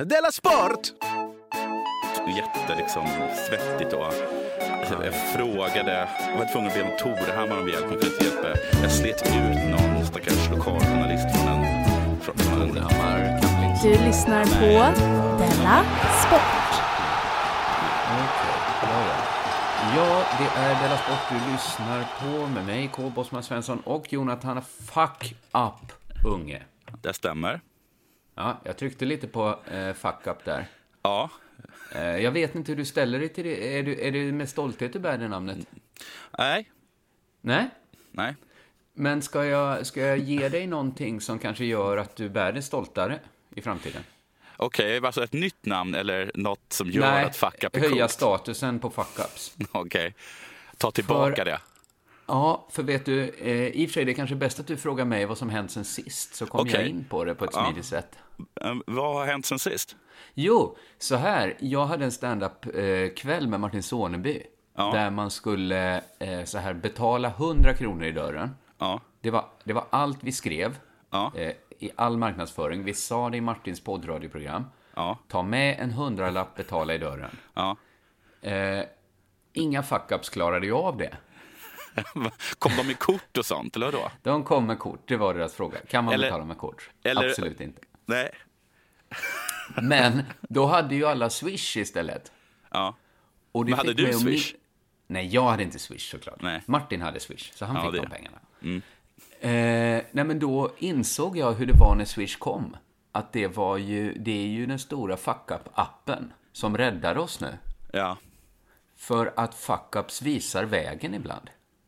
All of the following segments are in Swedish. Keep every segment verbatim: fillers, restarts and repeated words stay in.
Della Sport! Jätte liksom svettigt och jag frågade, jag var tvungen att be om Torhammar om hjälp, för att hjälpa. Jag slet ut någon stackars lokaljournalist från en från Torhammar. Du lyssnar på Della Sport. Ja, det är Della Sport du lyssnar på med mig, K. Bosman Svensson och Jonathan Fuck Up Unge. Det stämmer. Ja, jag tryckte lite på eh, Fuck Up där. Ja. Eh, jag vet inte hur du ställer dig till det. Är du, är du med stolthet du bär det namnet? Nej. Nej? Nej. Men ska jag, ska jag ge dig någonting som kanske gör att du bär det stoltare i framtiden? Okej, okay, alltså ett nytt namn eller något som gör Nej, att Fuck Up är höja coolt? statusen på Fuck Ups. Okej, okay. Ta tillbaka för, det. Ja, för vet du, eh, i och för sig det är kanske bäst att du frågar mig vad som hänt sen sist, så kommer okay. jag in på det på ett ja. smidigt sätt. Um, vad har hänt sen sist? Jo, så här, jag hade en stand-up-kväll med Martin Soneby, ja. där man skulle eh, så här betala hundra kronor i dörren. Ja. Det var, det var allt vi skrev ja. eh, i all marknadsföring. Vi sa det i Martins poddradioprogram. Ja. Ta med en hundralapp, betala i dörren. Ja. Eh, inga fuck-ups klarade jag av det. Kom de med kort och sånt, eller då? De kom med kort, det var deras fråga. Kan man eller, betala med kort? Eller, Absolut inte. Nej. Men då hade ju alla Swish istället. Ja. Och det Men hade du Swish? Min... Nej, jag hade inte Swish såklart. Nej. Martin hade Swish, så han ja, fick det. de pengarna. Mm. Eh, nej, men då insåg jag hur det var när Swish kom. Att det var ju, det är ju den stora fuck-up-appen som räddar oss nu. Ja. För att fuck-ups visar vägen ibland.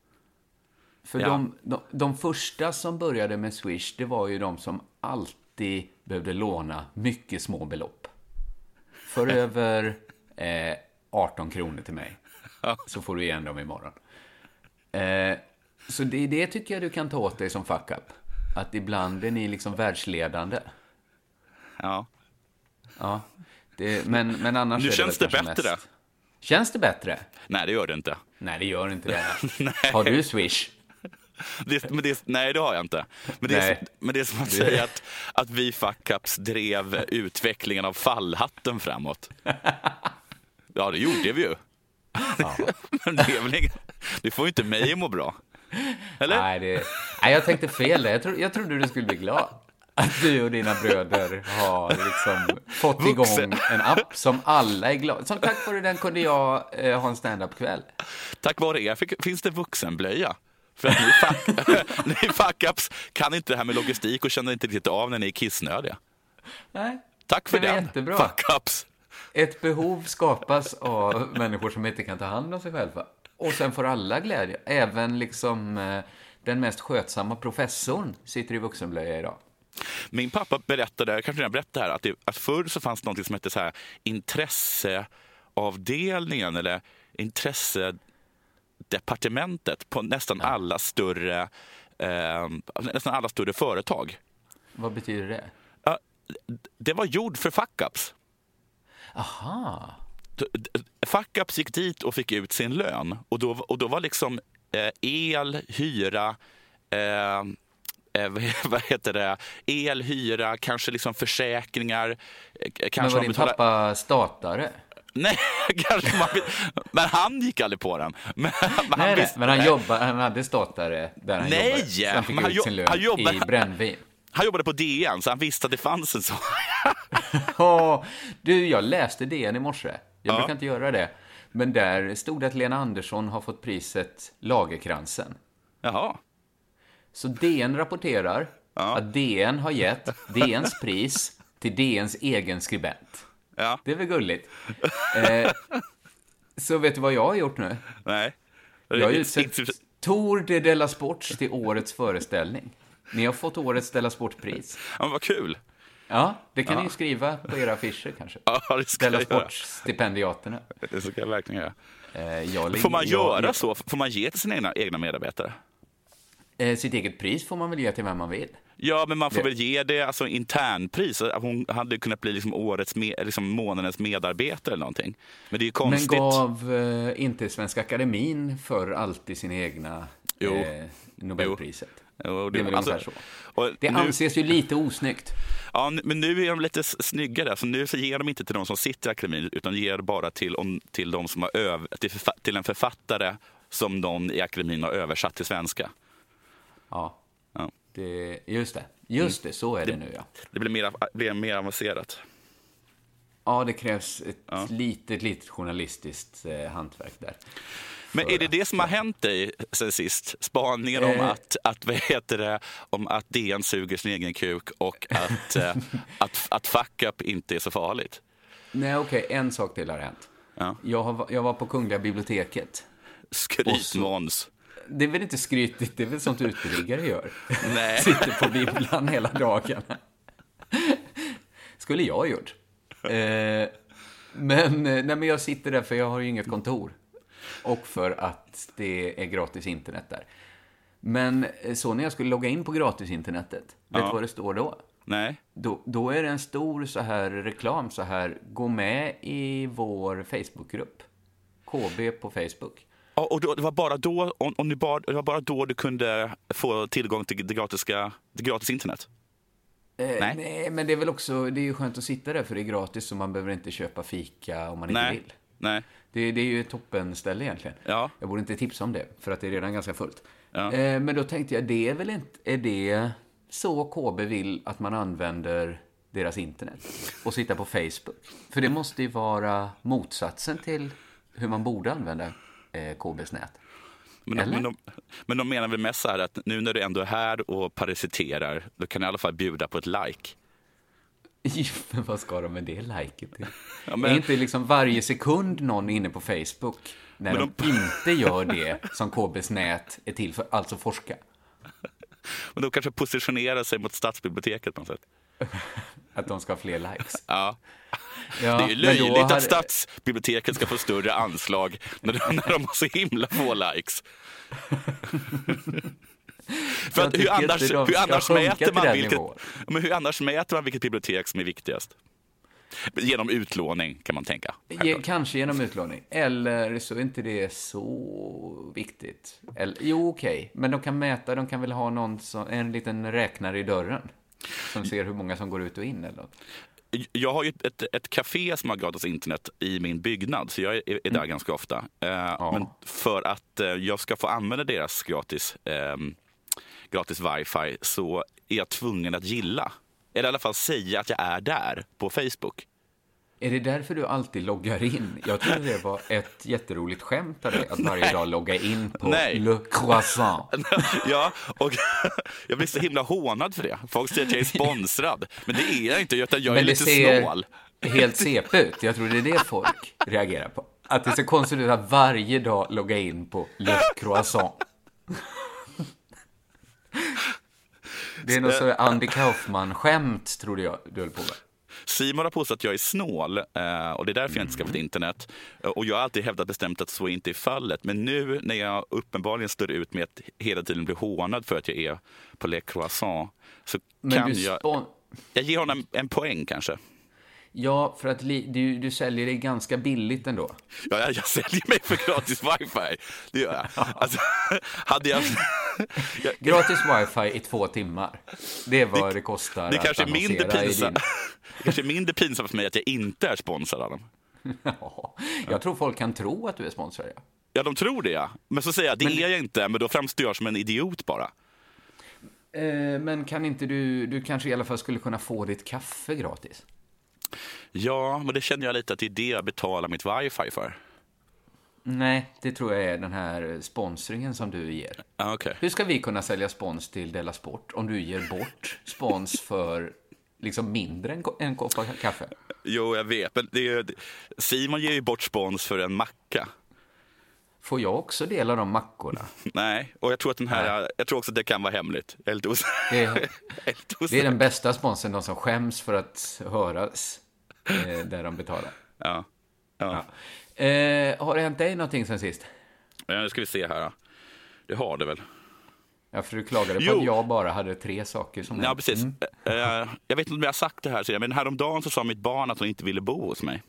För ja. de, de, de första som började med Swish, det var ju de som alltid behövde låna mycket små belopp. För över eh, arton kronor till mig. Så får du igen dem imorgon. Eh, så det, det tycker jag du kan ta åt dig som fuck-up. Att ibland är ni liksom världsledande. Ja. Ja. Det, men, men annars nu är det känns det bättre. Mest... Känns det bättre? Nej, det gör det inte. Nej, det gör inte det. Har du Swish? Det, men det, nej, det har jag inte. Men det, är, men det är som att säga att, att vi fuck-ups drev utvecklingen av fallhatten framåt. Ja, det gjorde vi ju. Ja. Men det, är väl ingen, det får ju inte mig att må bra. Eller? Nej, det, nej jag tänkte fel. Jag, tro, jag trodde du skulle bli glad. Att du och dina bröder har liksom fått Vuxen. igång en app som alla är glada. Som tack vare den kunde jag eh, ha en stand-up-kväll. Tack vare er fick, finns det vuxenblöja. För att ni, fuck, ni fuck-ups kan inte det här med logistik och känner inte riktigt av när ni är kissnödiga. Nej. Tack för det. den, Jättebra. Fuck-ups. Ett behov skapas av människor som inte kan ta hand om sig själva. Och sen får alla glädje. Även liksom eh, den mest skötsamma professorn sitter i vuxenblöja idag. Min pappa berättade, kanske jag berättade här, att, det, att förr så fanns något som hette så här intresseavdelningen eller intressedepartementet på nästan ja. alla större eh, nästan alla större företag. Vad betyder det? Ja, det var gjord för fuck-ups. Aha. Fuck-ups gick dit och fick ut sin lön och då, och då var liksom eh, el, hyra eh, Eh, vad heter det? El, hyra, kanske liksom försäkringar. Kanske men var din betala... pappa statare? Nej, kanske man... men han gick aldrig på den. Men, men, nej, han, visst... men han, jobbade, han hade statare där han nej, jobbade. Så han fick ut han sin lön jobbade... i brännvin. Han jobbade på D N så han visste att det fanns en så. oh, du, jag läste D N i morse. Jag ja. brukar inte göra det. Men där stod det att Lena Andersson har fått priset Lagerkransen. Jaha. Så D N rapporterar ja. att D N har gett D N:s pris till D N:s egen skribent. Ja. Det är väl gulligt. Eh, så vet du vad jag har gjort nu? Nej. Jag har utsett Tour de Della Sports till årets föreställning. Ni har fått årets Della Sport-pris. Ja, vad kul. Ja, det kan ja. ni ju skriva på era affischer kanske. Ja, det ska Della jag göra. Sports-stipendiaterna. Det ska jag verkligen göra. Eh, jag Får man göra jag, så? Får man ge till sina egna, egna medarbetare? Eh, sitt eget pris får man väl ge till vem man vill. Ja, men man får det. väl ge det alltså internpris. Hon hade kunnat bli liksom årets med, liksom månadens medarbetare eller någonting. Men det är ju konstigt. Men gav eh, inte Svenska Akademin för alltid sin egna jo. Eh, Nobelpriset? Jo. Och det är väl alltså, ungefär så. och Det nu, anses ju lite osnyggt. Ja, men nu är de lite snyggare. Så nu så ger de inte till de som sitter i akademin, utan ger bara till, om, till, de som har öv, till, förfa- till en författare som någon i akademin har översatt till svenska. Ja, Ja. det, just det. Just det, så är det, det nu, ja. Det blir mer, blir mer avancerat. Ja, det krävs ett Ja. litet, litet journalistiskt eh, hantverk där. Men är det det som har hänt dig sen sist? Spaningen om Eh. att, att, vad heter det, om att D N suger sin egen kuk och att, eh, att, att fuck up inte är så farligt? Nej, okej, en sak till har hänt. Ja. Jag, har, jag var på Kungliga biblioteket. Skrytmåns. Det är väl inte skrytigt, det är väl sånt uteliggare gör. Nej. Sitter på bibblan hela dagen. Skulle jag ha gjort. Eh, men, nej, men jag sitter där för jag har ju inget kontor. Och för att det är gratis internet där. Men så när jag skulle logga in på gratisinternetet, vet du Ja. vad det står då? Nej. Då, då är det en stor så här reklam så här, gå med i vår Facebookgrupp. K B på Facebook. Ja, och då, det var bara då, om, om du bara, det var bara då du kunde få tillgång till det, gratiska, det gratis internet? Eh, Nej. nej. men det är väl också, det är ju skönt att sitta där för det är gratis så man behöver inte köpa fika om man inte Nej. vill. Nej. Det, det är ju ett toppenställe egentligen. Ja. Jag borde inte tipsa om det, för att det är redan ganska fullt. Ja. Eh, men då tänkte jag, det är väl inte, är det så K B vill att man använder deras internet? Och sitta på Facebook? För det måste ju vara motsatsen till hur man borde använda eh, K Bs nät. Men de, Eller? men, de, men de menar väl mest så här att nu när du ändå är här och parasiterar, då kan du i alla fall bjuda på ett like. Men vad ska de med det liket till? Ja, men- Är inte liksom varje sekund någon inne på Facebook när Men de inte gör det som K Bs nät är till för, alltså forska? Men de kanske positionerar sig mot stadsbiblioteket på något sätt. Att de ska ha fler likes. Ja. Ja, Det är ju men då löjligt hade- att stadsbiblioteket ska få större anslag när de, när de har så himla få likes. För Jag att hur tycker annars, inte de hur, ska annars sjunka mäter till man den vilket, nivån. men hur annars mäter man vilket bibliotek som är viktigast? Genom utlåning kan man tänka. Ge, kanske genom utlåning. Eller så är inte det så viktigt. Eller, jo, okej. Men de kan mäta, de kan väl ha någon som, en liten räknare i dörren. Som ser hur många som går ut och in eller något. Jag har ju ett, ett, ett café som har gratis internet i min byggnad, så jag är, är där mm. ganska ofta. Eh, Ja. Men för att eh, jag ska få använda deras gratis, eh, gratis wifi så är jag tvungen att gilla. Eller i alla fall säga att jag är där på Facebook. Är det därför du alltid loggar in? Jag trodde det var ett jätteroligt skämt av dig, att varje dag logga in på Nej. Le Croissant. Ja, och jag blir så himla hånad för det. Folk säger att jag är sponsrad. Men det är jag inte, utan jag är Men det lite ser snål. helt C P ut. Jag tror det är det folk reagerar på. Att det är så konstigt ut att varje dag logga in på Le Croissant. Det är något så Andy Kaufman-skämt, trodde jag du höll på med. Simon har påstått att jag är snål eh, och det är därför jag inte skaffat internet. Och jag har alltid hävdat bestämt att så inte är fallet. Men nu när jag uppenbarligen står ut med att hela tiden bli hånad för att jag är på Le Croissant så Men kan du jag... spon- Jag ger honom en poäng kanske. Ja, för att li- du, du säljer det ganska billigt ändå. Ja, jag, jag säljer mig för gratis wifi. Det gör jag. Alltså, hade jag... jag Gratis wifi i två timmar. Det är vad det, det kostar det att kanske är mindre annonsera i pinsamt. din... Det kanske är mindre pinsamt för mig att jag inte är sponsrad av dem. Ja, jag tror folk kan tro att du är sponsrad, ja. Ja, de tror det, ja. Men så säger jag, det Men- är jag inte, men då framstår jag som en idiot bara. Eh, men kan inte du, du kanske i alla fall skulle kunna få ditt kaffe gratis? Ja, men det känner jag lite att det är det jag betalar mitt wifi för. Nej, det tror jag är den här sponsringen som du ger. Ah, okej. Hur ska vi kunna sälja spons till Della Sport om du ger bort spons för liksom mindre än ko- en kopp av kaffe? Jo, jag vet. Men det är, Simon ger ju bort spons för en macka. Får jag också dela de mackorna? Nej, och jag tror att den här, jag tror också att det kan vara hemligt. Jag är lite osäker. Det, Jag är lite det är osäker. den bästa sponsen, de som skäms för att höras eh, där de betalar. Ja. Ja. Eh, har det hänt dig någonting sen sist? Ja, nu ska vi se här. Då. Det har det väl. Ja, för du klagade på Jo. att jag bara hade tre saker som Ja, hände. precis. Eh, jag vet inte om jag har sagt det här, så jag- men häromdagen så sa mitt barn att hon inte ville bo hos mig.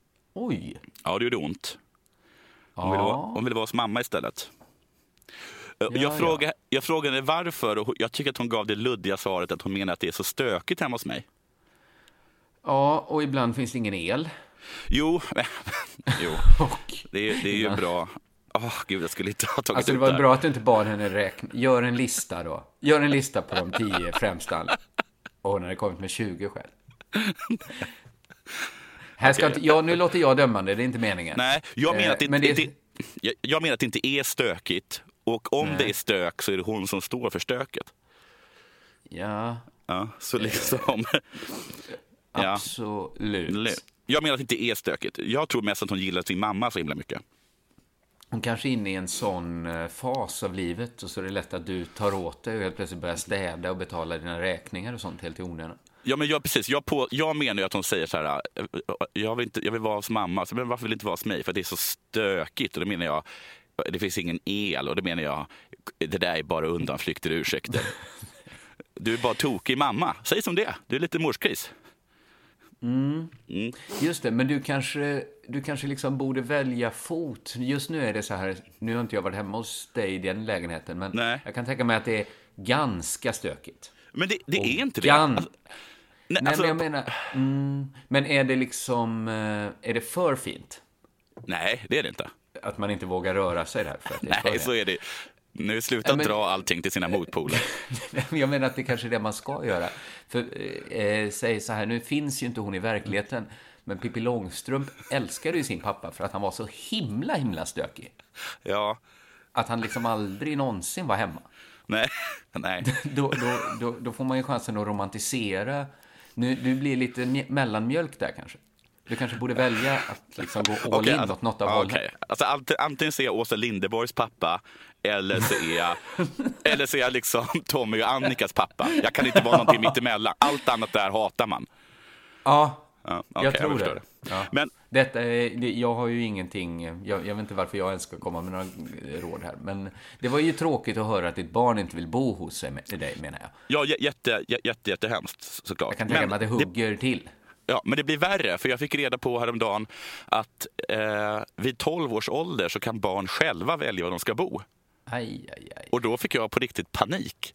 Oj. Ja, det gjorde ont. Hon ville, vara, Ja. hon ville vara hos mamma istället. jag, ja. frågade, jag frågade varför och jag tycker att hon gav det luddiga svaret att hon menar att det är så stökigt hemma hos mig. Ja, och ibland finns det ingen el. Jo, jo. Och Det, är, det är ju bra. Åh, oh, gud, jag skulle inte ha tagit alltså det ut var där. bra att du inte bad henne räkna. Gör en lista då. Gör en lista på de tio främsta. Och hon hade kommit med tjugo själv. Här ska Okej. inte, ja, nu låter jag dömande, det är inte meningen. Nej, jag menar, Eh, att det, men det... det- Det, jag, jag menar att det inte är stökigt. Och om Nej. det är stök så är det hon som står för stöket. Ja, Ja, så liksom... ja. absolut. Jag menar att det inte är stökigt. Jag tror mest att hon gillar sin mamma så himla mycket. Hon kanske är inne i en sån eh, fas av livet och så är det lätt att du tar åt dig och helt plötsligt börjar städa och betala dina räkningar och sånt helt i onödan. Ja, men jag, precis. Jag, på, jag menar ju att hon säger så här, jag vill, inte, jag vill vara hos mamma, så, men varför vill inte vara hos mig? För det är så stökigt. Och då menar jag, det finns ingen el. Och då menar jag, det där är bara undanflykter och ursäkter. Du är bara tokig mamma. Säg som det. Du är lite morskris. Mm. Mm. Just det, men du kanske, du kanske liksom borde välja fot. Just nu är det så här, nu har inte jag varit hemma hos dig i den lägenheten, men Nej. jag kan tänka mig att det är ganska stökigt. Men det, det Och är inte det. gan- Alltså, nej, Nej, alltså, men jag menar, mm, men är det liksom, eh, är det för fint? nej, det är det inte. Att man inte vågar röra sig där för att det är Nej, för så är det. Nu sluta Ja, men- dra allting till sina motpoler. Jag menar att det kanske är det man ska göra. För, eh, säg så här, nu finns ju inte hon i verkligheten, men Pippi Långstrump älskade ju sin pappa för att han var så himla, himla stökig. Ja, Att han liksom aldrig någonsin var hemma. nej, nej. Då, då, då, då får man ju chansen att romantisera. Nu, du blir lite mj- mellanmjölk där kanske. Du kanske borde välja att liksom gå all Okej, in alltså- åt något av ja, hållen. okej. Alltså, ant- antingen ser jag Åsa Linderborgs pappa eller så är jag, eller så är jag liksom Tommy och Annikas pappa. Jag kan inte vara någonting mittemellan. Allt annat där hatar man. Ja, Ja, jag okej, tror förstår det. det. Ja. Men Detta är, det, jag har ju ingenting, jag, jag vet inte varför jag ens ska komma med några råd här. Men det var ju tråkigt att höra att ditt barn inte vill bo hos sig med, dig, menar jag. ja, j- jätte, j- jätte, jättehemskt såklart. Jag kan tänka Men mig att det hugger till. Ja, men det blir värre, för jag fick reda på häromdagen att eh, vid tolv års ålder så kan barn själva välja var de ska bo. Aj, aj, aj. Och då fick jag på riktigt panik.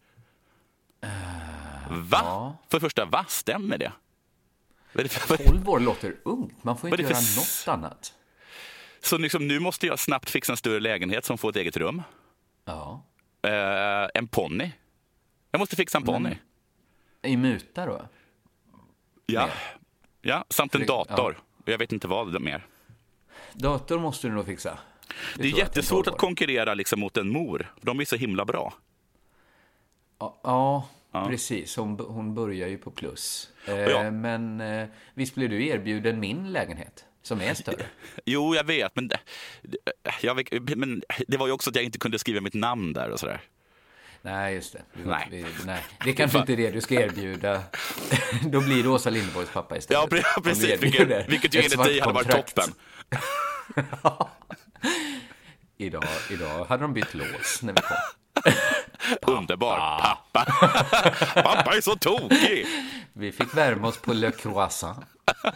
Va? ja. För det första, vad stämmer det? Vad är det för... tolv år låter ungt, man får Vad inte är göra det för- något annat. Så liksom, nu måste jag snabbt fixa en större lägenhet som får ett eget rum. Ja. Eh, en ponny. Jag måste fixa en ponny. I muta då? Ja. mer. ja, samt en För- dator. Och jag vet inte vad mer. Dator måste du nog fixa. Det är tror jag jättesvårt en att tolv år. konkurrera liksom mot en mor. De är så himla bra. Ja, ja, Ja. precis. Hon, hon börjar ju på plus. Eh, Ja. Men eh, visst blev du erbjuden min lägenhet, som är större? Jo, jag vet, men det, jag, vet- men det var ju också att jag inte kunde skriva mitt namn där och sådär. Nej, just det. Vi, Nej. Vi, nej. Det är kanske inte är det du ska erbjuda. Då blir det Åsa Linderborgs pappa istället. Ja, pre- Om du precis. erbjuder Vilket, vilket ju ett enligt dig svart hade varit kontrakt. toppen. Idag, idag hade de bytt lås när vi kom. Underbar. Pappa. Pappa är så tokig. Vi fick värma oss på Le Croissant.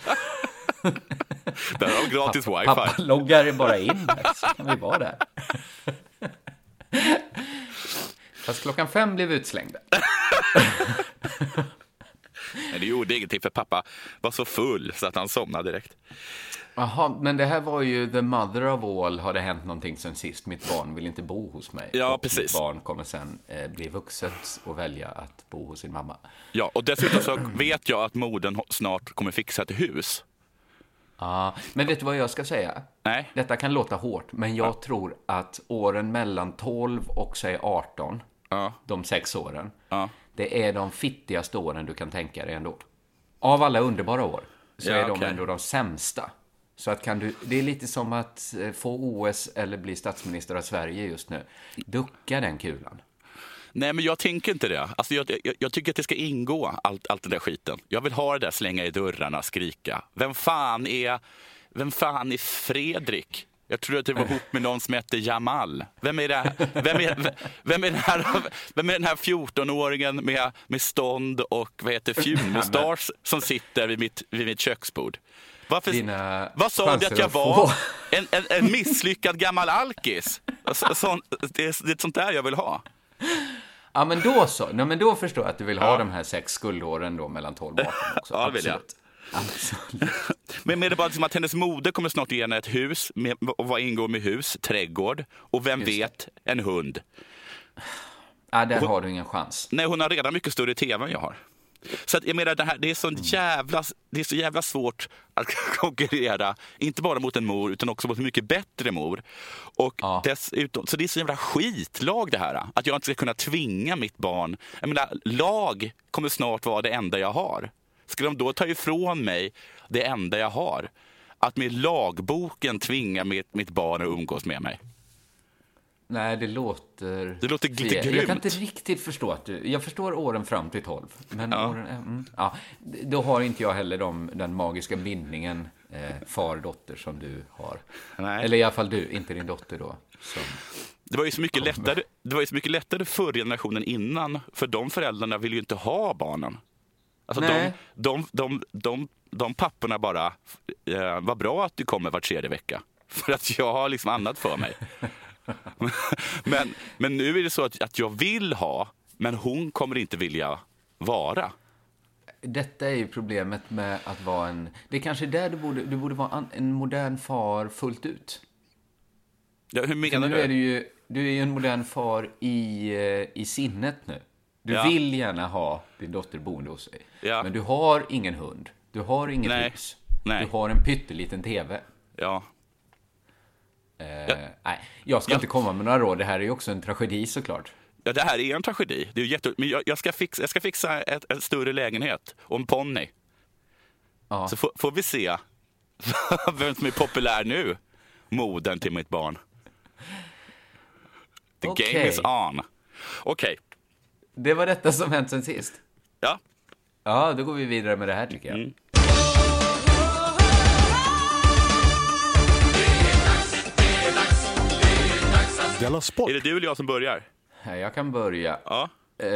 Där har de gratis Pappa wifi. loggar bara in här, så kan vi vara där. Fast klockan fem blev utslängda. Men det gjorde ingenting för pappa var så full så att han somnade direkt. Jaha, men det här var ju the mother of all. Har det hänt någonting sen sist? Mitt barn vill inte bo hos mig. Ja, och precis. Mitt barn kommer sen eh, bli vuxet och välja att bo hos sin mamma. Ja, och dessutom så vet jag att modern snart kommer fixa ett hus. Ja, men vet du vad jag ska säga? Nej. Detta kan låta hårt, men jag tror att åren mellan tolv och säg arton, Ja. de sex åren, Ja. det är de fittigaste åren du kan tänka dig ändå. Av alla underbara år så Ja, är de okej. ändå de sämsta. Så att kan du, det är lite som att eh, få O S eller bli statsminister av Sverige just nu. Ducka den kulan. Nej, men jag tänker inte det. Alltså, jag, jag, jag tycker att det ska ingå, allt, allt den där skiten. Jag vill ha det där, slänga i dörrarna, skrika. Vem fan är, vem fan är Fredrik? Jag tror att det var ihop med någon som hette Jamal. Vem är det här? Vem är, vem är den här, vem är den här fjorton-åringen med, med stånd och vad heter fjunmustasch som sitter vid mitt, vid mitt köksbord? Varför, Dina vad sa du att jag var? En, en, en misslyckad gammal alkis. Så, så, det, är, det är sånt där jag vill ha. Ja, men då så. Nej, men då förstår jag att du vill ha ja. de här sex skuldåren då mellan tolv och arton också. Ja, det vill jag. Absolut. Men med det bara liksom att hennes moder kommer snart ge henne ett hus med, och vad ingår med hus, trädgård och vem Just vet, det. en hund. Ja, där hon, har du ingen chans. Nej, hon har redan mycket större tv än jag har. Så att jag menar, det, här, det, är så jävla, det är så jävla svårt att konkurrera, inte bara mot en mor utan också mot en mycket bättre mor. Och ja. dessutom, så det är så jävla skitlag det här, att jag inte ska kunna tvinga mitt barn. Jag menar, lag kommer snart vara det enda jag har. Ska de då ta ifrån mig det enda jag har? Att med lagboken tvinga mitt, mitt barn att umgås med mig? Nej, det låter... Det låter lite grymt. Jag kan inte riktigt förstå att du... Jag förstår åren fram till tolv. Men ja. åren... Mm, ja, då har inte jag heller de, den magiska bindningen eh, far-dotter som du har. Nej. Eller i alla fall du, inte din dotter då. Som det var ju så mycket lättare, det var ju så mycket lättare förr generationen innan. För de föräldrarna vill ju inte ha barnen. Alltså de, de, de, de, de papporna bara, eh, vad bra att du kommer var tredje vecka. För att jag har liksom annat för mig. men, men nu är det så att, att jag vill ha, men hon kommer inte vilja vara. Detta är ju problemet med att vara en... Det är kanske där du borde, du borde vara en modern far fullt ut. Ja, hur menar nu du? Är du, ju, du är ju en modern far i, i sinnet nu. Du ja. vill gärna ha din dotter boende hos sig. Ja. Men du har ingen hund. Du har inget nej. hus. Nej. Du har en pytteliten tv. Ja. Eh, ja. Nej, jag ska ja. inte komma med några råd. Det här är ju också en tragedi såklart. Ja, det här är en tragedi. Det är jätte... Men jag, jag, ska fixa, jag ska fixa ett, en större lägenhet och en ponny. Ja. Så får, får vi se vem som är populär nu. Modern till mitt barn. The okay. game is on. Okej. Okay. Det var detta som hänt sen sist. Ja. Ja, då går vi vidare med det här tycker jag. Mm. Är det du eller jag som börjar? Jag kan börja. Ja.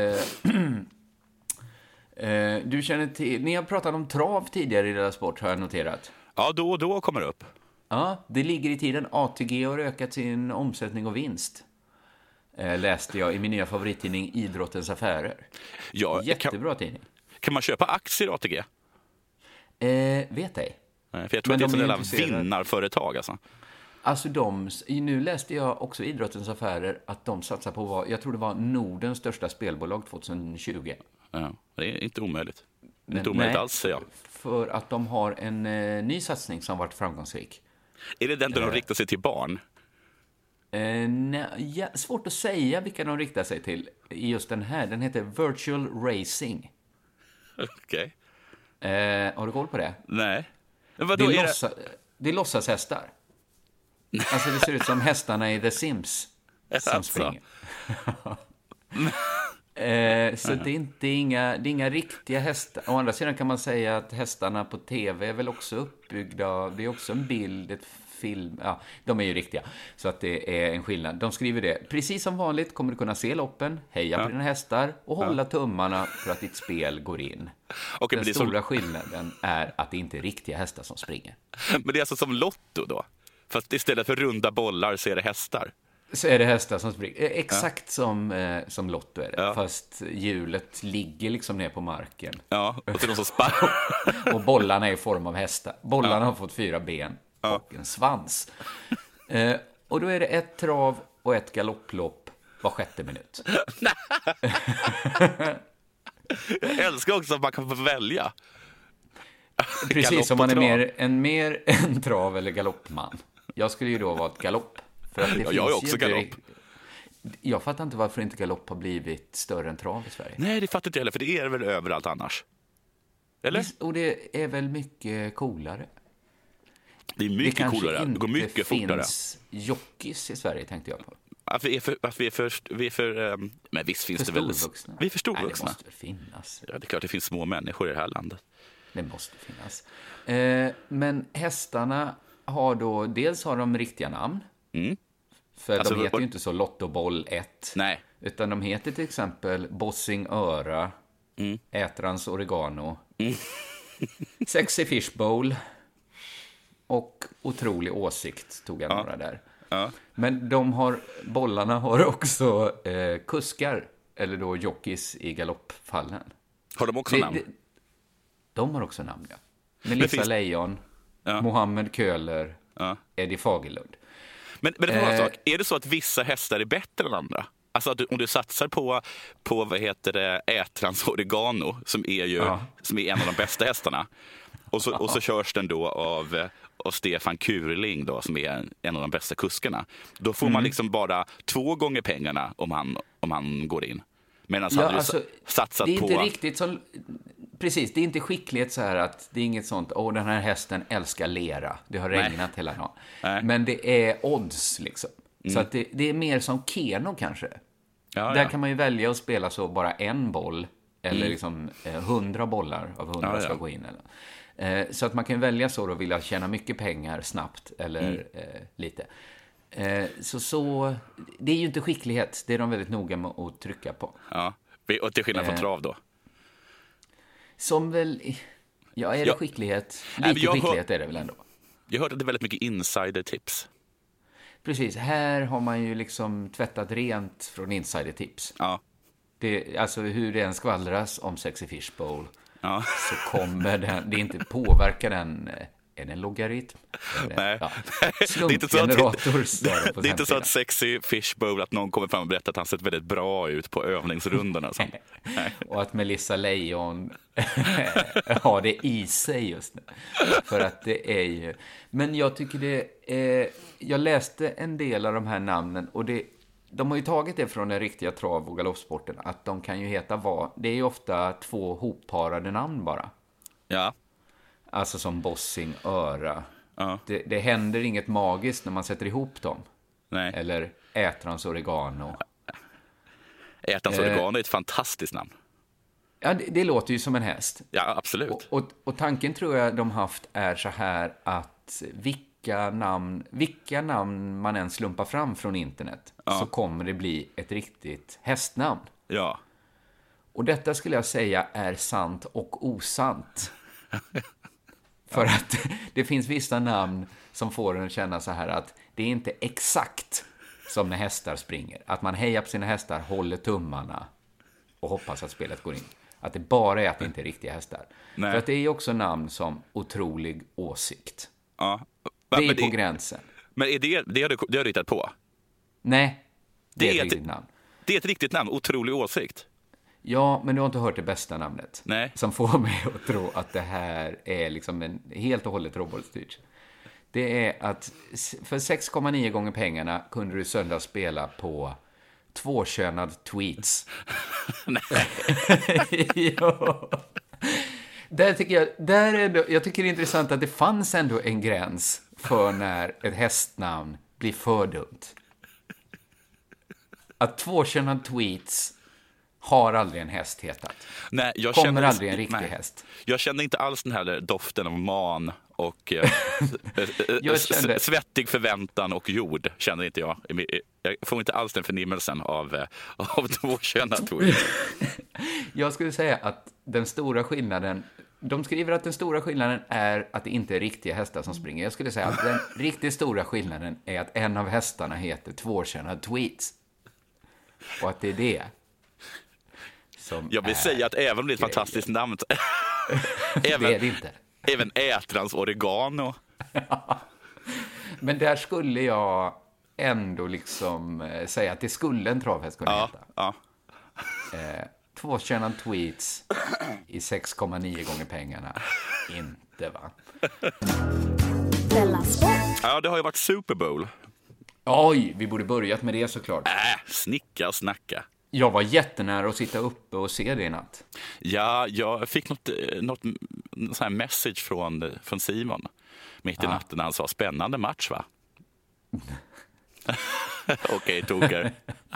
Du känner till... Ni har pratat om trav tidigare i Della Sport, har jag noterat. Ja, då och då kommer det upp. Ja, det ligger i tiden. A T G har ökat sin omsättning och vinst. Läste jag i min nya favorittidning Idrottens Affärer. Ja, jättebra kan, tidning. Kan man köpa aktier i A T G? Eh, vet ej. Nej, för jag tror Men att det är de ett sådant vinnarföretag alltså. Alltså de, nu läste jag också i Idrottens Affärer att de satsar på vad, jag tror det var Nordens största spelbolag tjugohundratjugo. Ja, det är inte omöjligt. Det är inte omöjligt alls, säger jag. För att de har en eh, ny satsning som varit framgångsrik. Är det den där eh. de riktar sig till barn? Eh, nej, ja, svårt att säga vilka de riktar sig till i just den här. Den heter Virtual Racing. Okej. Okay. Eh, har du koll på det? Nej. Men vadå, det, är lossa, det? det är låtsashästar. Alltså det ser ut som hästarna i The Sims som alltså. springer. eh, så det är inte inga, det är inga riktiga hästar. Å andra sidan kan man säga att hästarna på tv är väl också uppbyggda. Det är också en bild, ett film. Ja, de är ju riktiga. Så att det är en skillnad. De skriver det. Precis som vanligt kommer du kunna se loppen, heja ja. på dina hästar och hålla ja. tummarna för att ditt spel går in. Okay, Den stora som... skillnaden är att det inte är riktiga hästar som springer. Men det är alltså som Lotto då? Fast istället för runda bollar så är det hästar. Så är det hästar som springer. Exakt ja. som, eh, som Lotto är det. Ja. Fast hjulet ligger liksom ner på marken. Ja, och så är de som sparkar. Och bollarna är i form av hästar. Bollarna ja. har fått fyra ben ja. och en svans. Eh, och då är det ett trav och ett galopplopp var sjätte minut. Jag älskar också att man kan få välja. Precis, som man är mer, en mer en trav- eller galoppman. Jag skulle ju då vara ett galopp. För att det ja, jag är också galopp. Direkt... Jag fattar inte varför inte galopp har blivit större än trav i Sverige. Nej, det fattar inte jag heller, för det är väl överallt annars. Eller? Och det är väl mycket coolare. Det är mycket det coolare. Det går mycket fortare. Det finns jockeys i Sverige, tänkte jag på. Att vi är för... Att vi är för, vi är för um, men visst finns för det väl... Storvuxna. Vi är för storvuxna. Nej, det måste väl finnas. Ja, det är klart det finns små människor i det här landet. Det måste finnas. Eh, men hästarna har då, dels har de riktiga namn. Mm. För Alltså, de heter och- ju inte så Lottoboll ett. Nej. Utan de heter till exempel Bossing Öra, Mm. Ätrans Oregano, Sexy Fish Bowl och Otrolig Åsikt tog jag Ja. några där. Ja. Men de har, bollarna har också eh, kuskar, eller då jockeys i galoppfallen. Har de också Det- namn? det- De har också namn, ja. Melissa finns- Lejon, Ja. Mohammed Köhler, Ja. Eddie Fagerlund. Men, men det får vara en Eh. sak. Är det så att vissa hästar är bättre än andra? Alltså att du, om du satsar på, på vad heter det, Ätrans Oregano, som är ju Ja. som är en av de bästa hästarna. Och så, och så körs den då av, eh, av Stefan Kurling då, som är en, en av de bästa kuskarna. Då får Mm. man liksom bara två gånger pengarna om han, om han går in. Medan Ja, hade du alltså, satsat det är på... inte riktigt som... Precis, det är inte skicklighet så här att det är inget sånt, åh den här hästen älskar lera, det har Nej. regnat hela dagen. Nej. Men det är odds liksom. Så att det, det är mer som Keno kanske. Ja, Där ja. kan man ju välja att spela så bara en boll, eller liksom eh, hundra bollar av hundra Ja, ja. ska gå in. Eller. Eh, så att man kan välja så då, vilja tjäna mycket pengar snabbt eller Mm. eh, lite. Eh, så, så, det är ju inte skicklighet, det är de väldigt noga med att trycka på. Ja. Och till skillnad från Eh. trav då. Som väl... Ja, är det Ja. skicklighet? Nej, men Lite jag har- skicklighet är det väl ändå. Jag hörde att det är väldigt mycket insider-tips. Precis, här har man ju liksom tvättat rent från insidertips. Ja. Det, alltså hur det än skvallras om Sexy Fish Bowl Ja. så kommer den, det inte påverkar den, eh, är det en logaritm? Eller, Nej. Ja. Det är inte så att, Slumpgenerator står det på det är inte så hemsidan. att Sexy Fish Bowl, att någon kommer fram och berättar att han sett väldigt bra ut på övningsrundorna. och sånt. Nej. Och att Melissa Lejon har det i sig just nu. För att det är ju... Men jag tycker det är... Jag läste en del av de här namnen och det... De har ju tagit det från den riktiga trav- och galoppsporten. Att de kan ju heta vad... Det är ju ofta två hopparade namn bara. Ja. Alltså som Bossing, Öra. Ja. Det, det händer inget magiskt när man sätter ihop dem. Nej. Eller Ätrans Oregano. Ätans Eh. Oregano är ett fantastiskt namn. Ja, det, det låter ju som en häst. Ja, absolut. Och, och, och tanken tror jag de haft är så här att vilka namn, vilka namn man än slumpar fram från internet Ja. så kommer det bli ett riktigt hästnamn. Ja. Och detta skulle jag säga är sant och osant. För att det finns vissa namn som får en att känna så här att det är inte exakt som när hästar springer. Att man hejar på sina hästar, håller tummarna och hoppas att spelet går in. Att det bara är att det inte är riktiga hästar. Nej. För att det är ju också namn som Otrolig Åsikt. Ja. Det är men, ju på det, gränsen. men är det, det har du, det har du hittat på? Nej, det, Det är är ett ett- riktigt namn. Det är ett riktigt namn, Otrolig Åsikt. Ja, men du har inte hört det bästa namnet. Nej. Som får mig att tro att det här är liksom en helt och hållet robotstyrt. Det är att s- för sex komma nio gånger pengarna kunde du söndag spela på tvåkönad tweets. Ja. Där tycker jag, där är ändå, jag tycker det är intressant att det fanns ändå en gräns för när ett hästnamn blir för dumt. Att tvåkönad tweets har aldrig en häst hetat. Nej, jag Kommer känner, aldrig en riktig nej. häst. Jag kände inte alls den här doften av man och eh, Jag s- kände- svettig förväntan och jord, känner inte jag. Jag får inte alls den förnimmelsen av, eh, av tvåkönad tweet. Jag skulle säga att den stora skillnaden... De skriver att den stora skillnaden är att det inte är riktiga hästar som springer. Jag skulle säga att den riktigt stora skillnaden är att en av hästarna heter tvåkönad tweets. Och att det är det som Jag vill är säga att även om det är ett grejen. fantastiskt namn, Det är även, det inte. även Ätrans Oregano. Men där skulle jag ändå liksom eh, säga att det skulle en travhäst kunna Ja, heta. ja. Eh, tvåkönad tweets i sex komma nio gånger pengarna. Inte, va? Della Sport. ja, det har ju varit Super Bowl. Oj, vi borde börjat med det såklart. Äh, snicka och snacka. Jag var jättenära att sitta uppe och se det i natt. Ja, jag fick något, eh, något sån här message från, från Simon mitt i Ja. natten när han sa spännande match, va? Okej, Toker.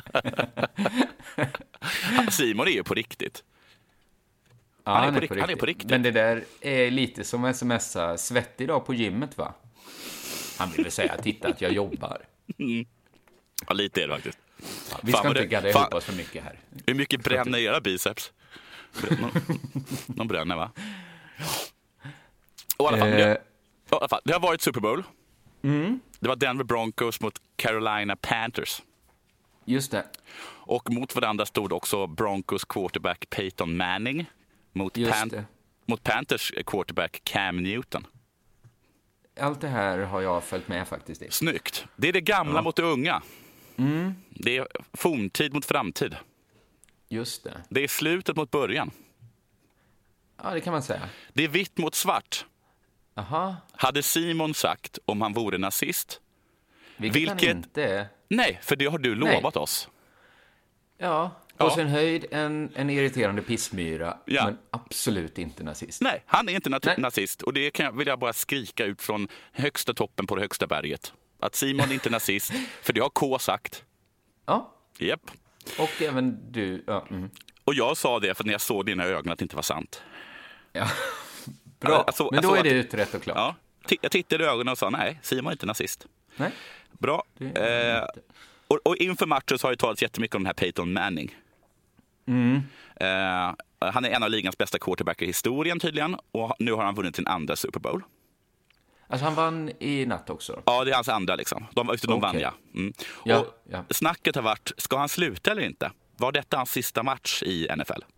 Simon är ju på riktigt. Ja, Han är på rikt- han är på riktigt. Men det där är lite som smsa svettig dag på gymmet, va? Han ville säga, titta att jag jobbar. Mm. Ja, lite är det faktiskt. Ja, vi ska Fan, inte det, gadda fan, ihop oss för mycket här. Hur mycket bränner era biceps? Någon, någon bränner, va? Och i alla fall, Eh. det, i alla fall, det har varit Super Bowl. Mm. Det var Denver Broncos mot Carolina Panthers. Just det. Och mot varandra stod också Broncos quarterback Peyton Manning mot, Just Pan- det. mot Panthers quarterback Cam Newton. Allt det här har jag följt med faktiskt. I. Snyggt. Det är det gamla Ja. mot det unga. Mm. Det är forntid mot framtid. Just det. Det är slutet mot början. Ja, det kan man säga. Det är vitt mot svart. Aha. Hade Simon sagt om han vore nazist? Vilket, Vilket- han inte är. Nej, för det har du Nej. lovat oss. Ja, på Ja. sin höjd en, en irriterande pissmyra, Ja. men absolut inte nazist. Nej, han är inte nat- Nej. nazist. Och det kan jag, vill jag bara skrika ut från högsta toppen på det högsta berget. Att Simon är inte nazist, för det har K sagt. Ja, Japp. och även du. Ja, mm. Och jag sa det för när jag såg dina ögon att det inte var sant. Ja. Bra, Jag såg- men jag då såg är det att- utrett och klart. Ja. T- Jag tittade i ögonen och sa nej, Simon är inte nazist. Nej, Bra. det är Eh, inte. och, och inför matchen så har det talats jättemycket om den här Peyton Manning. Mm. Eh, han är en av ligans bästa quarterbackar i historien tydligen. Och nu har han vunnit sin andra Super Bowl. Alltså han vann i natt också. Ja, det är hans andra liksom. De, just det, de Okej. vann, ja. Mm. Ja, och ja. Snacket har varit, ska han sluta eller inte? Var detta hans sista match i N F L?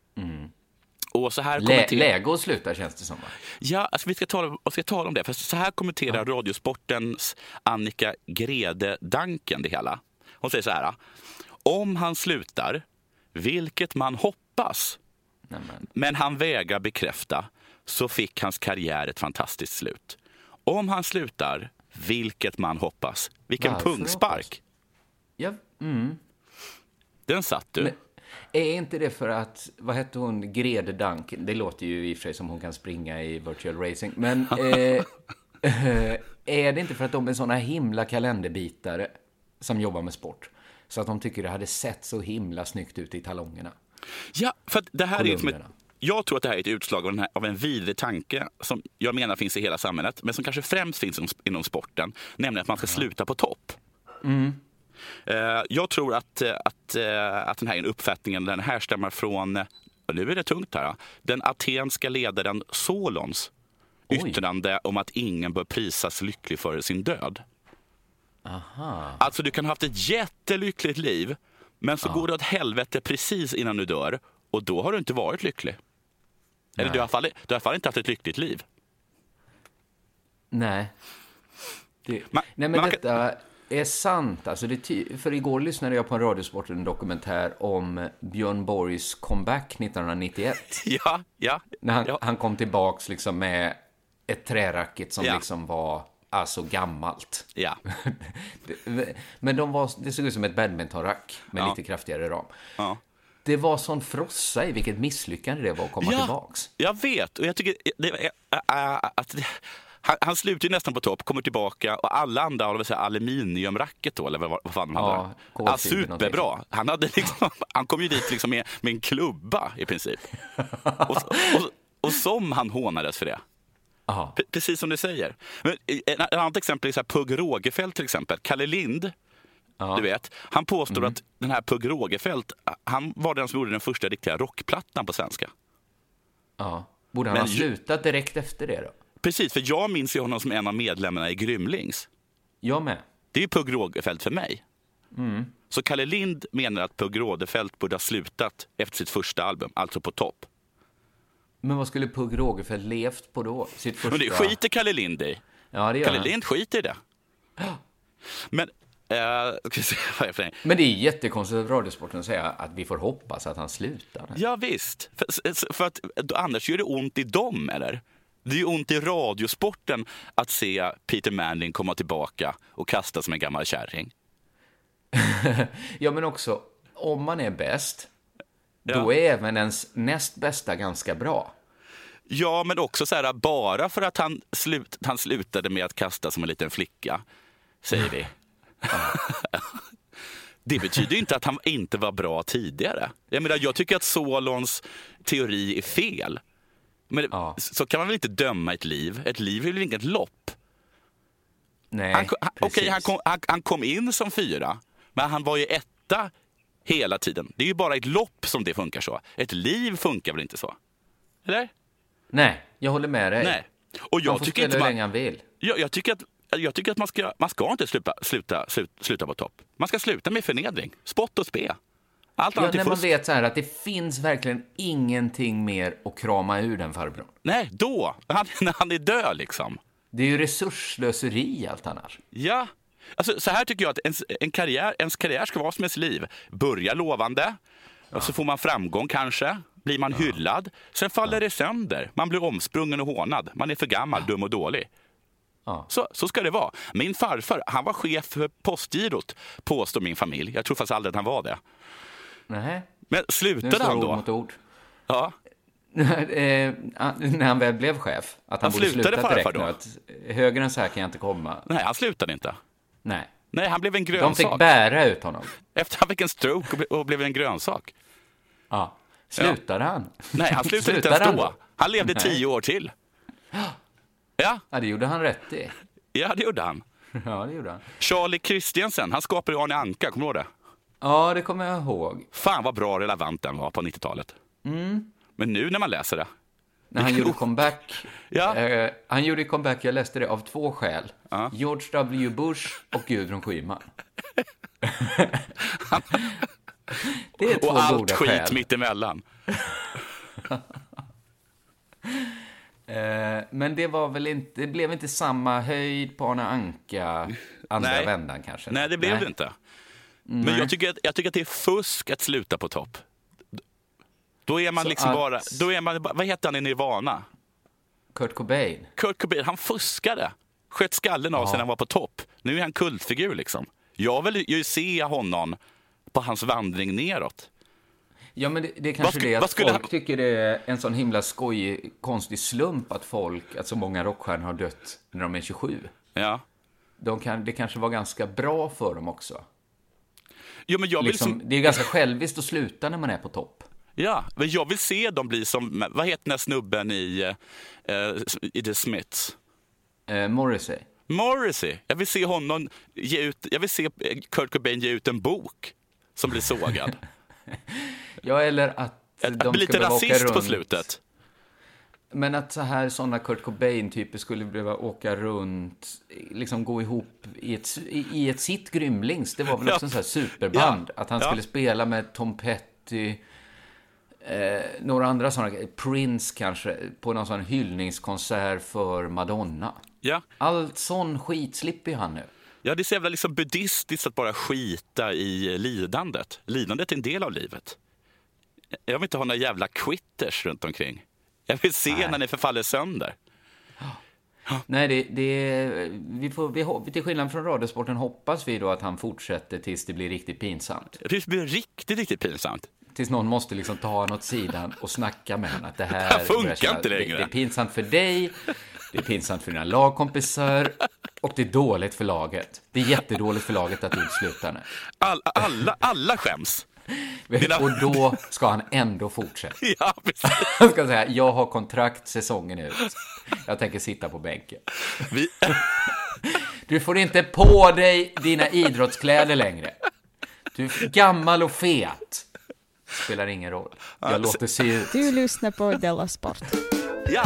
Och så här Lä- kommenterar... läge att sluta känns det som, va? Ja, alltså vi ska tala, och ska tala om det. För så här kommenterar Radiosportens Annika Grede Danken det hela. Hon säger så här. Om han slutar, vilket man hoppas, Nej, men. men han vägrar bekräfta, så fick hans karriär ett fantastiskt slut. Om han slutar, vilket man hoppas. Vilken Varför pungspark. hoppas? Ja, mm. Den satt du. Men är inte det för att, vad hette hon, Grede Danken? Det låter ju i och för sig som hon kan springa i virtual racing. Men eh, eh, är det inte för att de är såna himla kalenderbitare som jobbar med sport? Så att de tycker det hade sett så himla snyggt ut i talongerna. Ja, för att det här är som ett, Kolumnerna. jag tror att det här är ett utslag av, den här, av en vidrig tanke som jag menar finns i hela samhället, men som kanske främst finns inom, inom sporten, nämligen att man ska sluta på topp. Mm. Eh, Jag tror att, eh, att, eh, att den här uppfattningen den härstammar från, och nu är det tungt här, den atenska ledaren Solons Oj. yttrande om att ingen bör prisas lycklig före sin död. Aha. Alltså du kan ha haft ett jättelyckligt liv, men så går det åt helvete precis innan du dör, och då har du inte varit lycklig. Eller Nej. du har, i alla fall, du har i alla fall inte haft ett lyckligt liv. Nej. Det, Man- nej, men man kan- detta är sant. Alltså det, ty- för igår lyssnade jag på en Radiosporten dokumentär om Björn Borgs comeback nittonhundranittioett. Ja, ja. När han, ja. han kom tillbaks liksom med ett träracket som Ja. liksom var alltså gammalt. ja. Det- Men de var, det såg ut som ett badmintonrack med Ja. lite kraftigare ram. ja. Det var sån frossa i vilket misslyckande det var att komma Ja, tillbaks. jag vet. Och jag tycker det, är- äh, äh, att det, han, han slutar ju nästan på topp, kommer tillbaka och alla andra har väl säga aluminiumracket då, eller vad, vad fan han Ja, hade. kolfiber, Ja, superbra. Han, hade liksom, han kom ju dit liksom med, med en klubba i princip. Och, och, och som han hånades för det. Aha. P- precis som du säger. Men, ett ett annat exempel är så här, Pugh Rogefeldt till exempel. Kalle Lind, Ja. du vet, han påstår Mm. att den här Pugh Rogefeldt, han var den som gjorde den första riktiga rockplattan på svenska. Ja. Borde han Men ha ju- slutat direkt efter det då? Precis, för jag minns ju honom som en av medlemmarna i Grymlings. Jag med. Det är ju Pugh Rogefeldt för mig. Mm. Så Kalle Lind menar att Pugh Rogefeldt borde ha slutat efter sitt första album, alltså på topp. Men vad skulle Pugh Rogefeldt levt på då? Sitt första... Men det skiter Kalle Lind i. Ja, det gör Kalle han. Lind skiter i det. Men, eh, ska vi se vad jag för Men det är jättekonstigt att Radiosporten säger att vi får hoppas att han slutar. Ja visst, för, för att då, annars gör det ont i dem, eller? Det är ju ont i radiosporten att se Peter Manning komma tillbaka och kasta som en gammal kärring. Ja, men också, om man är bäst, Ja. då är även ens näst bästa ganska bra. Ja, men också så här, bara för att han, slut, han slutade med att kasta som en liten flicka, säger vi. Det betyder ju inte att han inte var bra tidigare. Jag menar, jag tycker att Solons teori är fel. Men Ja. så kan man väl inte döma ett liv? Ett liv är väl inget lopp? Nej, han, han, precis. okej, han, kom, han, han kom in som fyra, men han var ju etta hela tiden. Det är ju bara ett lopp som det funkar så. Ett liv funkar väl inte så? Eller? Nej, jag håller med dig. Nej. Och jag han får tycker spela inte hur man, länge han vill. jag, jag tycker att Jag tycker att man ska, man ska inte sluta, sluta, sluta, sluta på topp. Man ska sluta med förnedring, spott och spe. Allt Ja, annat när är man fusk. vet så här att det finns verkligen ingenting mer att krama ur den farbrorn. Nej, då. Han, när han är död liksom. Det är ju resursslöseri allt annars. Ja. Alltså, så här tycker jag att ens, en karriär, ens karriär ska vara som ens liv. Börja lovande, ja. Och så får man framgång kanske. Blir man ja. hyllad. Sen faller ja. det sönder. Man blir omsprungen och hånad. Man är för gammal, ja. dum och dålig. Ja. Så, så ska det vara. Min farfar, han var chef för postgirot, påstår min familj. Jag tror fast aldrig att han var det. Nej. Men slutade han då? Ord mot ord. Ja. När han väl blev chef. Att han, han borde sluta direkt då? Nu, att högre än så här kan jag inte komma. Nej, han slutade inte. Nej. Nej, han blev en grönsak. De fick bära ut honom. Efter han fick en stroke och blev en grönsak. Ja. Slutade ja. han? Nej, han slutade inte ens då. Han, han levde Nej. tio år till. Ja. Ja, det gjorde han rätt i. Ja, det gjorde han. Ja, det gjorde han. Charlie Christiansen, han skapade Arne Anka, kommer du ihåg det? Ja, det kommer jag ihåg. Fan vad bra relevant den var på nittiotalet. Mm. Men nu när man läser det. När han gjorde comeback. Ja. Eh, han gjorde comeback, jag läste det av två skäl. Ja. George W. Bush och Gudrun Schyman. Det är två och allt goda skit skäl. mittemellan. eh, men det var väl inte, det blev inte samma höjd på Arne Anka andra Nej. vändan kanske. Nej, det blev Nej. det inte. Men Nej. jag tycker, att, jag tycker att det är fusk att sluta på topp. Då är man Så liksom att... bara, då är man, vad heter han i Nirvana? Kurt Cobain. Kurt Cobain, han fuskade. Sköt skallen av ja. sig när han var på topp. Nu är han kultfigur liksom. Jag vill ju se honom på hans vandring neråt. Ja, men det, det är kanske sk- det att folk han... tycker det är en sån himla skojig, konstig slump att folk, att så många rockstjärnor har dött när de är tjugosju. Ja. De kan, det kanske var ganska bra för dem också. Jo, men jag vill liksom, som... Det är ganska själviskt att sluta när man är på topp. Ja, men jag vill se dem bli som, vad heter den här snubben i, uh, i The Smiths? Uh, Morrissey. Morrissey. Jag vill se honom ge ut, jag vill se Kurt Cobain ge ut en bok som blir sågad. Ja, eller att de ska bli lite rasist på slutet. Men att så här sådana Kurt Cobain-typer skulle behöva åka runt, liksom gå ihop i ett, i, i ett sitt Grymlings. Det var väl också ja. en sån här superband. Ja. Att han ja. skulle spela med Tom Petty, eh, några andra sådana, Prince kanske, på någon sån hyllningskonsert för Madonna. Ja. Allt sån skit slipper han nu. Ja, det är så jävla liksom buddhistiskt att bara skita i lidandet. Lidandet är en del av livet. Jag vill inte ha några jävla quitters runt omkring. Jag vill se Nej. när ni förfaller sönder. Nej, det, det, vi får, vi, till skillnad från Radiosporten hoppas vi då att han fortsätter tills det blir riktigt pinsamt. Tills det blir riktigt, riktigt pinsamt. Tills någon måste liksom ta honom åt sidan och snacka med honom. Att det här, det här funkar inte längre. Det, det är pinsamt för dig, det är pinsamt för dina lagkompisar och det är dåligt för laget. Det är jättedåligt för laget att utsluta nu. All, alla, alla skäms. Och då ska han ändå fortsätta. Ja, precis. Han ska säga, jag har kontrakt säsongen ut. Jag tänker sitta på bänken. Vi... Du får inte på dig dina idrottskläder längre. Du är gammal och fet. Spelar ingen roll. Jag alltså... låter se ut. Du lyssnar på Della Sport. Ja.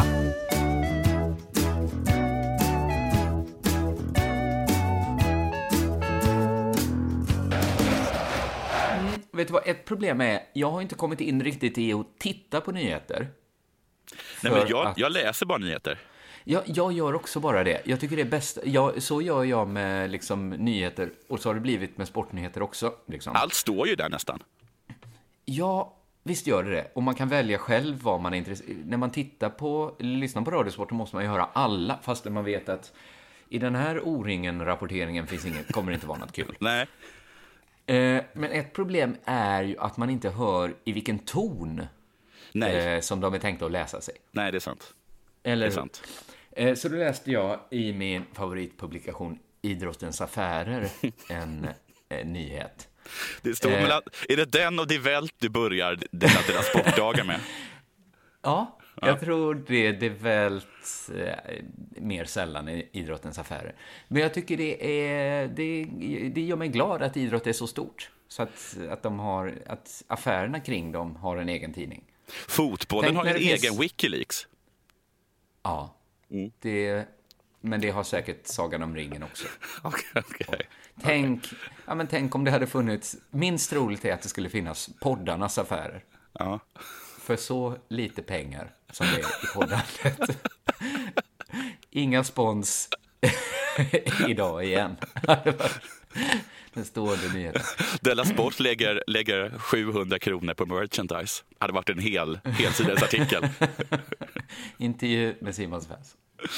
Vet du vad, ett problem är, jag har inte kommit in riktigt i att titta på nyheter. Nej, men jag, att... jag läser bara nyheter. Ja, jag gör också bara det. Jag tycker det är bäst. Jag, så gör jag med liksom, nyheter. Och så har det blivit med sportnyheter också. Liksom. Allt står ju där nästan. Ja, visst gör det det. Och man kan välja själv vad man är intresserad. När man tittar på, eller lyssnar på Radiosport, då måste man ju höra alla. Fast man vet att i den här O-ringen-rapporteringen finns inget, kommer det inte vara något kul. Nej. Men ett problem är ju att man inte hör i vilken ton Nej. som de är tänkta att läsa sig. Nej, det är sant. Eller det är sant. Så då läste jag i min favoritpublikation Idrottens affärer en, en nyhet. Det står mellan, är det den och Die Welt du börjar dina, dina sportdagar med? Ja, Jag tror det, det är vält eh, mer sällan i idrottens affärer. Men jag tycker det är det, det gör mig glad att idrott är så stort. Så att, att, de har, att affärerna kring dem har en egen tidning. Fotbollen Tänk har ju en finns... egen Wikileaks. Ja, mm. det, men det har säkert Sagan om ringen också. okay, okay. Tänk, okay. Ja, men tänk om det hade funnits, minst troligt är att det skulle finnas poddarnas affärer. Ja. För så lite pengar som det är i poddandet. Inga spons idag igen. Den stående nyheten. Della Sport lägger, lägger sjuhundra kronor på merchandise. Det hade varit en hel helsidans artikel. Intervju med Simon Svensson.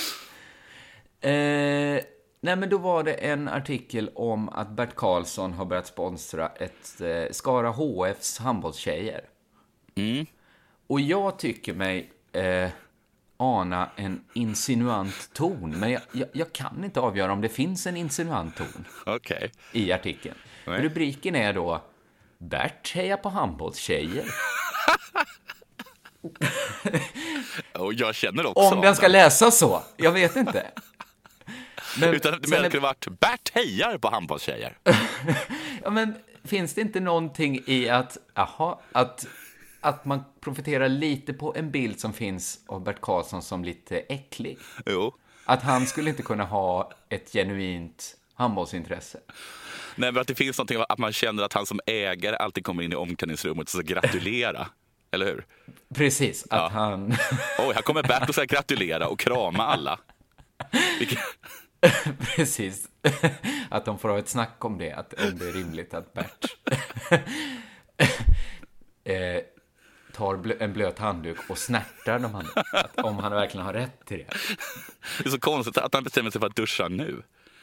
Eh, nej, men då var det en artikel om att Bert Karlsson har börjat sponsra ett eh, Skara H F:s handbollstjejer. Mm. Och jag tycker mig eh, ana en insinuant ton. Men jag, jag, jag kan inte avgöra om det finns en insinuant ton okay. i artikeln. Nej. Rubriken är då Bert hejar på handbollstjejer. Och jag känner också om den ska läsas så, jag vet inte. Men, Utan det skulle varit Bert hejar på handbollstjejer. Ja, men finns det inte någonting i att, aha, att, att man profiterar lite på en bild som finns av Bert Karlsson som lite äcklig? Jo. Att han skulle inte kunna ha ett genuint handbollsintresse. Nej, men att det finns någonting att man känner att han som ägare alltid kommer in i omklädningsrummet och ska gratulera. Eller hur? Precis, att ja. han... Oj, här kommer Bert och ska gratulera och krama alla. Vilket... Precis. Att de får ha ett snack om det, att om det är rimligt att Bert eh, tar blö- en blöt handduk och snärtar de andra. Att, om han verkligen har rätt till det. Det är så konstigt att han bestämmer sig för att duscha nu.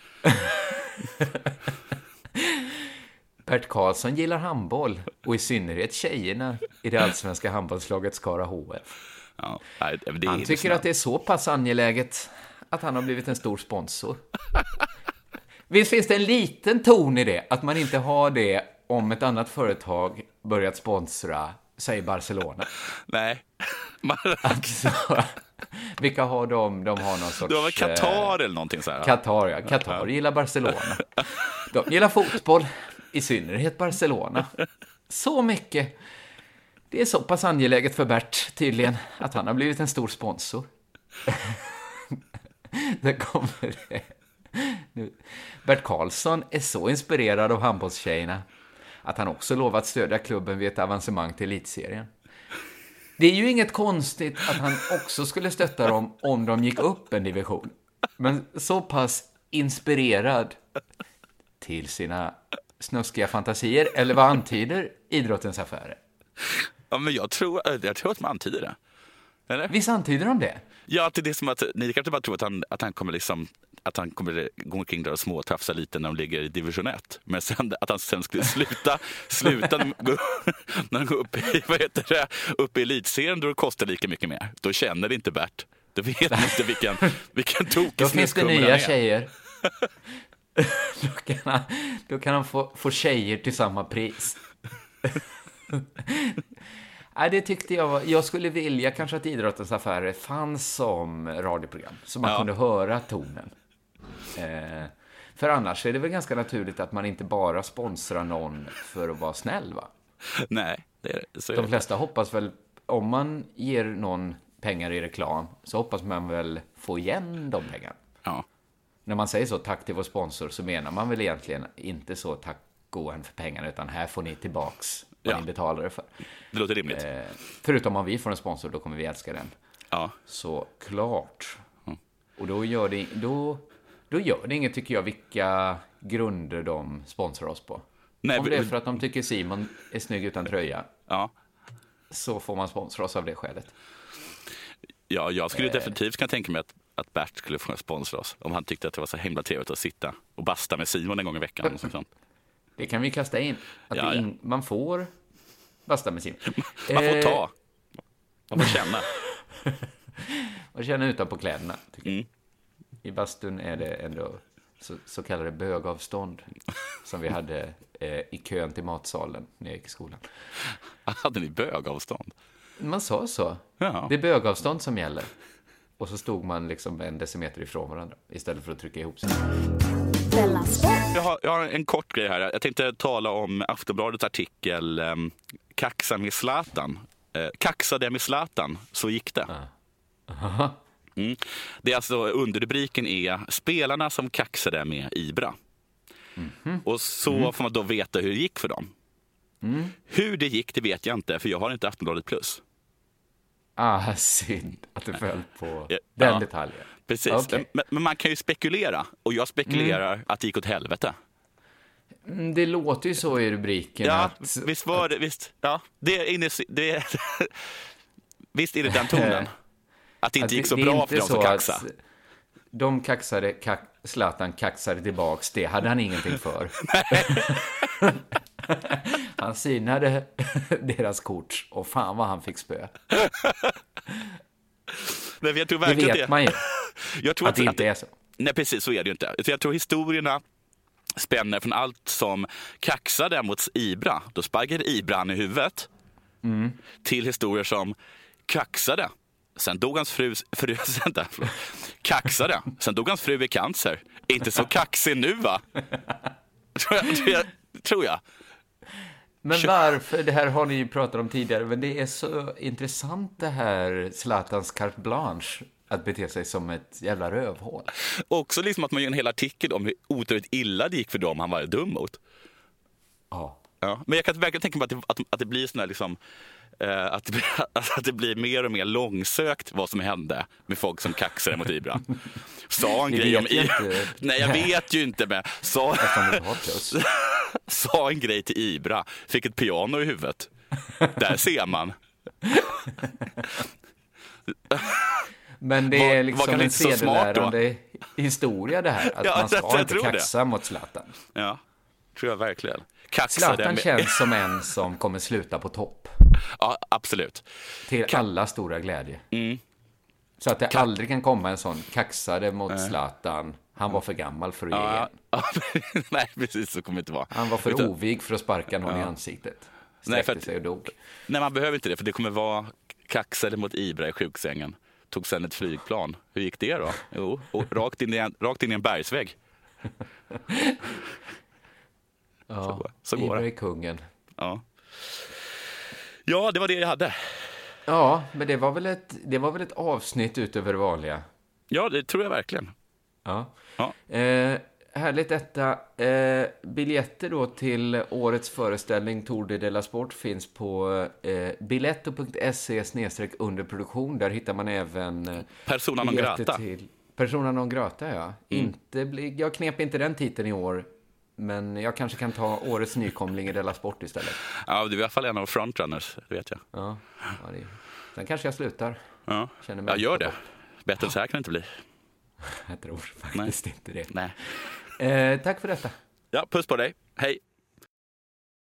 Bert Karlsson gillar handboll och i synnerhet tjejerna i det allsvenska handbollslaget Skara H F. Ja, det är han tycker att det är så pass angeläget att han har blivit en stor sponsor. Visst finns det en liten ton i det, att man inte har det om ett annat företag börjat sponsra, säg Barcelona. Nej. Alltså, vilka har de? De har någon sorts... Det var Qatar eller någonting så här. Qatar, ja. Qatar gillar Barcelona. De gillar fotboll, i synnerhet Barcelona. Så mycket. Det är så pass angeläget för Bert, tydligen, att han har blivit en stor sponsor. Där kommer det. Nu. Bert Karlsson är så inspirerad av handbollstjejerna att han också lovat stödja klubben vid ett avancemang till elitserien. Det är ju inget konstigt att han också skulle stötta dem om de gick upp en division. Men så pass inspirerad till sina snuskiga fantasier, eller vad antyder idrottens affärer? Ja, men jag tror, jag tror att man antyder det. Eller? Visst antyder de det? Ja, det är som att ni kanske bara tror att han, att han kommer liksom att han kommer gå omkring där och småtafsa lite när de ligger i division ett. Men sen, att han sen skulle sluta, sluta när han går upp i, vad heter det, upp i elitserien då det kostar lika mycket mer. Då känner det inte Bert. Då vet man inte vilken, vilken tokig Då finns det nya tjejer. Då kan han, då kan han få, få tjejer till samma pris. Nej, det tyckte jag var... Jag skulle vilja kanske att idrottens affärer fanns som radioprogram. Så man ja. kunde höra tonen. Eh, för annars är det väl ganska naturligt att man inte bara sponsrar någon för att vara snäll, va? Nej, det är det. Så är De det. flesta hoppas väl... Om man ger någon pengar i reklam så hoppas man väl få igen de pengarna. Ja. När man säger så, tack till vår sponsor, så menar man väl egentligen inte så tack gåen för pengarna, utan här får ni tillbaks vad ja. ni betalar det för. Det låter rimligt. Eh, förutom om vi får en sponsor, då kommer vi älska den. Ja. Så klart. Mm. Och då gör, det, då, då gör det inget, tycker jag, vilka grunder de sponsrar oss på. Nej, om det är för att de tycker Simon är snygg utan tröja, ja. så får man sponsra oss av det skälet. Ja, jag skulle eh. definitivt kunna tänka mig att att Bert skulle få sponsra oss om han tyckte att det var så himla trevligt att sitta och basta med Simon en gång i veckan. Och sånt. Det kan vi kasta in. Att ja, in ja. Man får basta med Simon. Man får ta. Man får känna. Man känner utanpå kläderna. Tycker mm. I bastun är det ändå så, så kallade bögavstånd som vi hade eh, i kön till matsalen när jag gick i skolan. Hade ni bögavstånd? Man sa så. Ja. Det är bögavstånd som gäller. Och så stod man liksom en decimeter ifrån varandra istället för att trycka ihop sig. Della Sport. Jag har, jag har en kort grej här. Jag tänkte tala om Aftonbladets artikel um, Kaxa med Zlatan. Uh, Kaxade med Zlatan, så gick det. Aha. Mm. Det är alltså, underrubriken är spelarna som kaxade med Ibra. Mm-hmm. Och så mm. får man då veta hur det gick för dem. Mm. Hur det gick, det vet jag inte, för jag har inte Aftonbladet Plus. Ah, synd att det föll på ja, den ja, detaljen. Precis, Okay. men, men man kan ju spekulera. Och jag spekulerar mm. att det gick åt helvete. Det låter ju så i rubriken. Ja, att, visst var det, visst. Ja, det är inne, det är, visst är det den tonen. Att det inte gick så det, bra det för dem som kaxade. De kaxade, kax, Zlatan kaxade tillbaks, det hade han ingenting för. Han synade deras kort och fan vad han fick spö. Nej, jag tror det vet det. man ju. Jag tror att det inte är så. Nej, precis, så är det ju inte. Jag tror historierna spänner från allt som kaxade mot Ibra, då sparkade Ibra han i huvudet, mm. till historier som kaxade. Sen dog hans fru, fru vänta, kaxade. Sen dog hans fru i cancer. Inte så kaxig nu, va? Tror jag, tror jag. Tror jag. Men varför, det här har ni ju pratat om tidigare, men det är så intressant det här Zlatans carte blanche, att bete sig som ett jävla rövhål. Också liksom att man gör en hel artikel om hur otroligt illa det gick för dem han var dum mot. Ja. Ja. Men jag kan verkligen tänka mig att det, att, att det blir sån här liksom, eh, att, det blir, att det blir mer och mer långsökt vad som hände med folk som kaxade mot Ibra. Sa en Ni grej om Ibra. Nej, jag vet ju inte, men sa, sa en grej till Ibra, fick ett piano i huvudet. Där ser man. Men det är liksom en sedelärande historia det här. Att ja, man ska jag, jag inte kaxa det. mot Zlatan. Ja, tror jag verkligen. Zlatan med... känns som en som kommer sluta på topp. Ja, absolut. Till Ka- alla stora glädje. Mm. Så att det Ka- aldrig kan komma en sån kaxade mot äh. Zlatan. Han var för gammal för att ge ja, igen. ja, nej, precis så kommer det inte vara. Han var för Utan... ovig för att sparka någon ja. i ansiktet. Sträckte nej, för att... sig och dog. Nej, man behöver inte det, för det kommer vara kaxade mot Ibra i sjuksängen. Tog sen ett flygplan. Hur gick det då? Jo, och rakt, in i en, rakt in i en bergsvägg. Ja, så, så går Ibra det. är kungen. Ja. Ja, det var det jag hade. Ja, men det var väl ett, det var väl ett avsnitt utöver det vanliga. Ja, det tror jag verkligen. Ja. ja. Eh, härligt detta. Eh, biljetter då till årets föreställning Tour de Della Sport finns på eh, biletto punkt se snedstreck underproduktion. Där hittar man även eh, Persona non grata. Till Persona non grata, ja. Mm. Inte bli, jag knep inte den titeln i år. Men jag kanske kan ta årets nykomling i Della Sport istället. Ja, du är i alla fall en av frontrunners, det vet jag. Ja, ja det är... Sen kanske jag slutar. Ja, Känner mig jag gör det. Bättre än så här kan det inte bli. Jag tror faktiskt Nej. inte det. Nej. Eh, tack för detta. Ja, puss på dig. Hej.